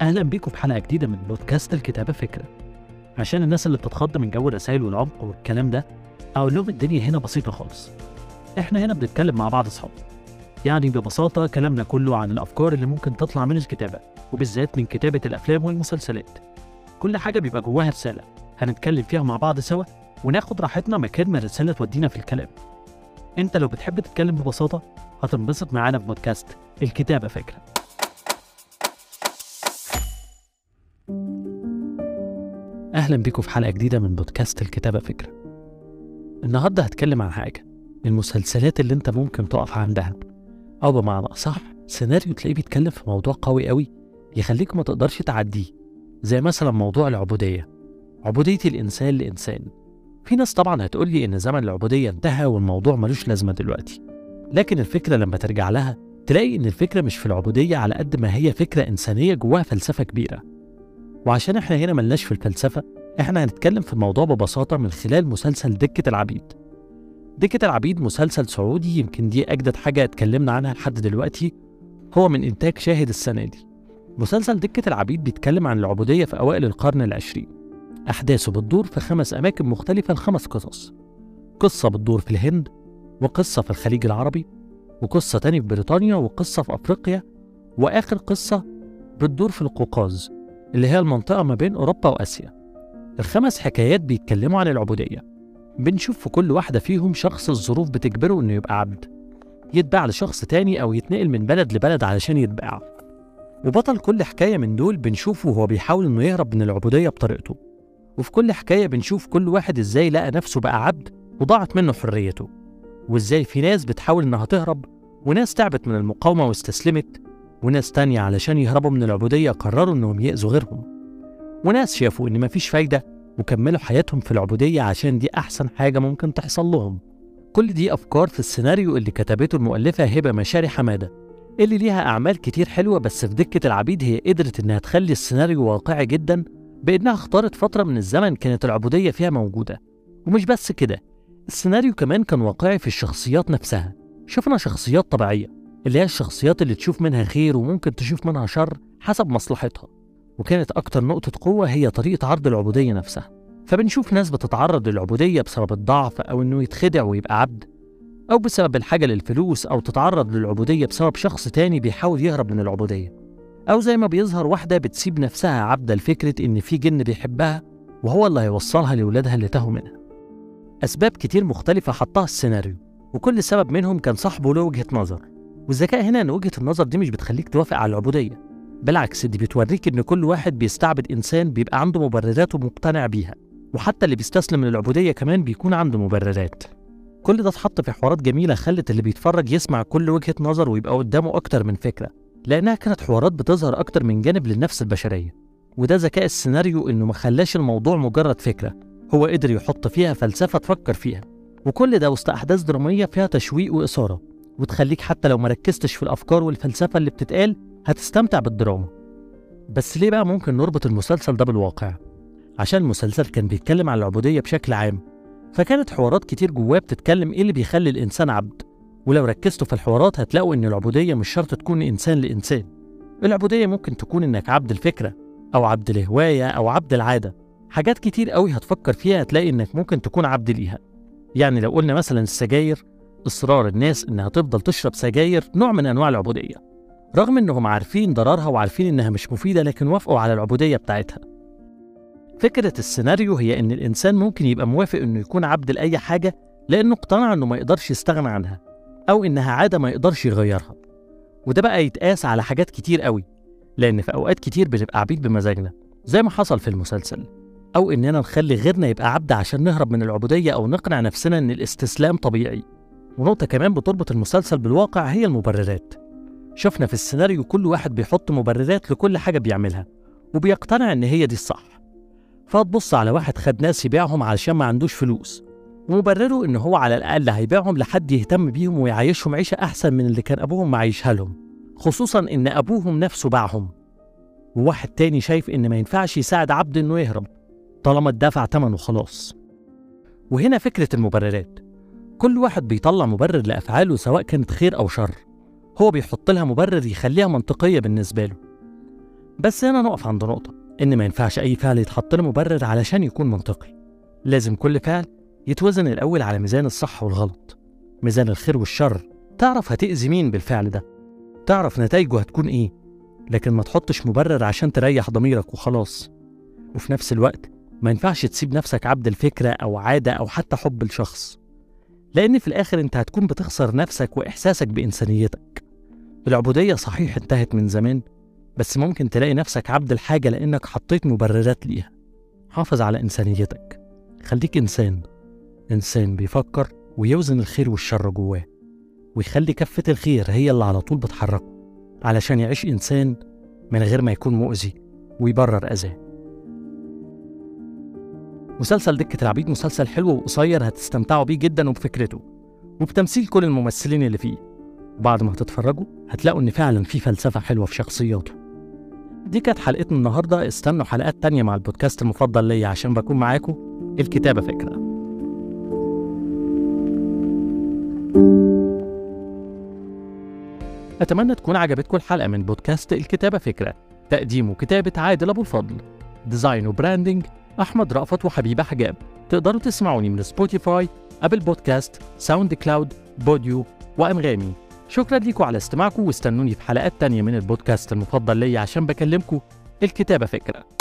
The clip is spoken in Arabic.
أهلا بيكم في حلقة جديدة من بودكاست الكتابة فكرة. عشان الناس اللي بتتخض من جو الرسائل والعمق والكلام ده، أقول لهم الدنيا هنا بسيطة خالص. إحنا هنا بنتكلم مع بعض أصحاب، يعني ببساطة كلامنا كله عن الأفكار اللي ممكن تطلع من الكتابة، وبالذات من كتابة الأفلام والمسلسلات. كل حاجة بيبقى جواها رسالة هنتكلم فيها مع بعض سوا، وناخد راحتنا مكان ما الرسالة تودينا في الكلام. أنت لو بتحب تتكلم ببساطة هتنبسط معانا في بودكاست الكتابة فكرة. أهلا بيكم في حلقة جديدة من بودكاست الكتابة فكرة. النهاردة هتكلم عن حاجة، المسلسلات اللي انت ممكن تقف عندها، أو بمعنى أصح سيناريو تلاقيه بيتكلم في موضوع قوي قوي يخليك ما تقدرش تعديه، زي مثلا موضوع العبودية، عبودية الإنسان لإنسان. في ناس طبعا هتقولي إن زمن العبودية انتهى والموضوع ملوش لازمة دلوقتي، لكن الفكرة لما ترجع لها تلاقي إن الفكرة مش في العبودية على قد ما هي فكرة إنسانية جواها فلسفة كبيرة. وعشان احنا هنا ملناش في الفلسفة، احنا هنتكلم في الموضوع ببساطة من خلال مسلسل دكة العبيد. دكة العبيد مسلسل سعودي، يمكن دي أجدد حاجة اتكلمنا عنها لحد دلوقتي، هو من إنتاج شاهد السنة دي. مسلسل دكة العبيد بيتكلم عن العبودية في أوائل القرن العشرين. أحداثه بتدور في 5 أماكن مختلفة ل5 قصص. قصة بتدور في الهند، وقصة في الخليج العربي، وقصة تاني في بريطانيا، وقصة في أفريقيا، وآخر قصة بتدور في القوقاز اللي هي المنطقة ما بين أوروبا وآسيا. ال5 حكايات بيتكلموا عن العبودية. بنشوف في كل واحدة فيهم شخص الظروف بتجبره إنه يبقى عبد، يتباع لشخص تاني أو يتنقل من بلد لبلد علشان يتباع. وبطل كل حكاية من دول بنشوفه وهو بيحاول إنه يهرب من العبودية بطريقته. وفي كل حكاية بنشوف كل واحد إزاي لقى نفسه بقى عبد وضاعت منه حريته، وإزاي في ناس بتحاول إنها تهرب، وناس تعبت من المقاومة واستسلمت، وناس تانية علشان يهربوا من العبودية قرروا إنهم يأذوا غيرهم، وناس شافوا إن مفيش فايدة وكملوا حياتهم في العبودية عشان دي أحسن حاجة ممكن تحصل لهم. كل دي أفكار في السيناريو اللي كتبته المؤلفة هبة مشاري حمادة، اللي ليها أعمال كتير حلوة، بس في دكة العبيد هي قدرت إنها تخلي السيناريو واقعي جدا، بإنها اختارت فترة من الزمن كانت العبودية فيها موجودة. ومش بس كده، السيناريو كمان كان واقعي في الشخصيات نفسها. شفنا شخصيات طبيعية، اللي هي الشخصيات اللي تشوف منها خير وممكن تشوف منها شر حسب مصلحتها. وكانت أكتر نقطة قوة هي طريقة عرض العبودية نفسها. فبنشوف ناس بتتعرض للعبودية بسبب الضعف، أو إنه يتخدع ويبقى عبد، أو بسبب الحاجة للفلوس، أو تتعرض للعبودية بسبب شخص تاني بيحاول يهرب من العبودية، أو زي ما بيظهر واحدة بتسيب نفسها عبدة لفكرة إن في جن بيحبها وهو اللي هيوصلها لولادها اللي تاهوا منها. أسباب كتير مختلفة حطها السيناريو، وكل سبب منهم كان صاحبه له وجهة نظر. والذكاء هنا إن وجهة النظر دي مش بتخليك توافق على العبودية، بالعكس دي بتوريك إن كل واحد بيستعبد إنسان بيبقى عنده مبررات ومقتنع بيها، وحتى اللي بيستسلم للعبودية كمان بيكون عنده مبررات. كل ده اتحط في حوارات جميلة خلت اللي بيتفرج يسمع كل وجهة نظر ويبقى قدامه أكتر من فكرة، لأنها كانت حوارات بتظهر أكتر من جانب للنفس البشرية. وده ذكاء السيناريو، إنه ما خلاش الموضوع مجرد فكرة، هو قدر يحط فيها فلسفة تفكر فيها، وكل ده وسط أحداث درامية فيها تشويق وإثارة، وتخليك حتى لو مركزتش في الأفكار والفلسفة اللي بتتقال هتستمتع بالدراما. بس ليه بقى ممكن نربط المسلسل ده بالواقع؟ عشان المسلسل كان بيتكلم عن العبودية بشكل عام، فكانت حوارات كتير جواه بتتكلم إيه اللي بيخلي الإنسان عبد. ولو ركزتوا في الحوارات هتلاقوا إن العبودية مش شرط تكون إنسان لإنسان. العبودية ممكن تكون إنك عبد الفكرة، أو عبد الهواية، أو عبد العادة. حاجات كتير قوي هتفكر فيها هتلاقي إنك ممكن تكون عبد ليها. يعني لو قلنا مثلا السجاير، إصرار الناس إنها تفضل تشرب سجاير نوع من أنواع العبودية، رغم إنهم عارفين ضررها وعارفين إنها مش مفيدة، لكن وافقوا على العبودية بتاعتها. فكرة السيناريو هي إن الإنسان ممكن يبقى موافق إنه يكون عبد لأي حاجة لأنه اقتنع إنه ما يقدرش يستغنى عنها، أو إنها عادة ما يقدرش يغيرها. وده بقى يتقاس على حاجات كتير قوي، لأن في أوقات كتير بنبقى عبيد بمزاجنا زي ما حصل في المسلسل، أو إننا نخلي غيرنا يبقى عبد عشان نهرب من العبودية، أو نقنع نفسنا إن الاستسلام طبيعي. ونقطة كمان بتربط المسلسل بالواقع هي المبررات. شفنا في السيناريو كل واحد بيحط مبررات لكل حاجة بيعملها، وبيقتنع إن هي دي الصح. فتبص على واحد خد ناس يبيعهم علشان ما عندوش فلوس، ومبرره إن هو على الأقل هيبيعهم لحد يهتم بيهم ويعيشهم عيشة أحسن من اللي كان أبوهم معيشها لهم، خصوصا إن أبوهم نفسه باعهم. وواحد تاني شايف إن ما ينفعش يساعد عبد إنه يهرب طالما اتدفع ثمنه خلاص. وهنا فكرة المبررات، كل واحد بيطلع مبرر لأفعاله سواء كانت خير أو شر، هو بيحط لها مبرر يخليها منطقية بالنسبة له. بس هنا نقف عند نقطة إن ما ينفعش أي فعل يتحط له مبرر علشان يكون منطقي. لازم كل فعل يتوزن الأول على ميزان الصح والغلط، ميزان الخير والشر، تعرف هتأذي مين بالفعل ده، تعرف نتائجه هتكون إيه، لكن ما تحطش مبرر عشان تريح ضميرك وخلاص. وفي نفس الوقت ما ينفعش تسيب نفسك عبد الفكرة أو عادة أو حتى حب الشخص، لأن في الآخر أنت هتكون بتخسر نفسك وإحساسك بإنسانيتك. العبودية صحيح انتهت من زمان، بس ممكن تلاقي نفسك عبد الحاجة لأنك حطيت مبررات ليها. حافظ على إنسانيتك، خليك إنسان بيفكر ويوزن الخير والشر جواه، ويخلي كفة الخير هي اللي على طول بتحركه علشان يعيش إنسان من غير ما يكون مؤذي ويبرر أذاه. مسلسل دكة العبيد مسلسل حلو وقصير، هتستمتعوا بيه جدا وبفكرته وبتمثيل كل الممثلين اللي فيه. بعد ما هتتفرجوا هتلاقوا إن فعلا في فلسفة حلوة في شخصياته. دي كانت حلقتنا النهاردة. استنوا حلقات تانية مع البودكاست المفضل ليا عشان بكون معاكم. الكتابة فكرة. أتمنى تكون عجبتكم الحلقة من بودكاست الكتابة فكرة. تقديم وكتابة عادل أبو الفضل، ديزاين وبراندنج أحمد رأفت وحبيبة حجاب. تقدروا تسمعوني من سبوتيفاي، أبل بودكاست، ساوند كلاود، بوديو وأنغامي. شكرا لكم على استماعكم، واستنوني في حلقات تانية من البودكاست المفضل ليا عشان بكلمكم. الكتابة فكرة.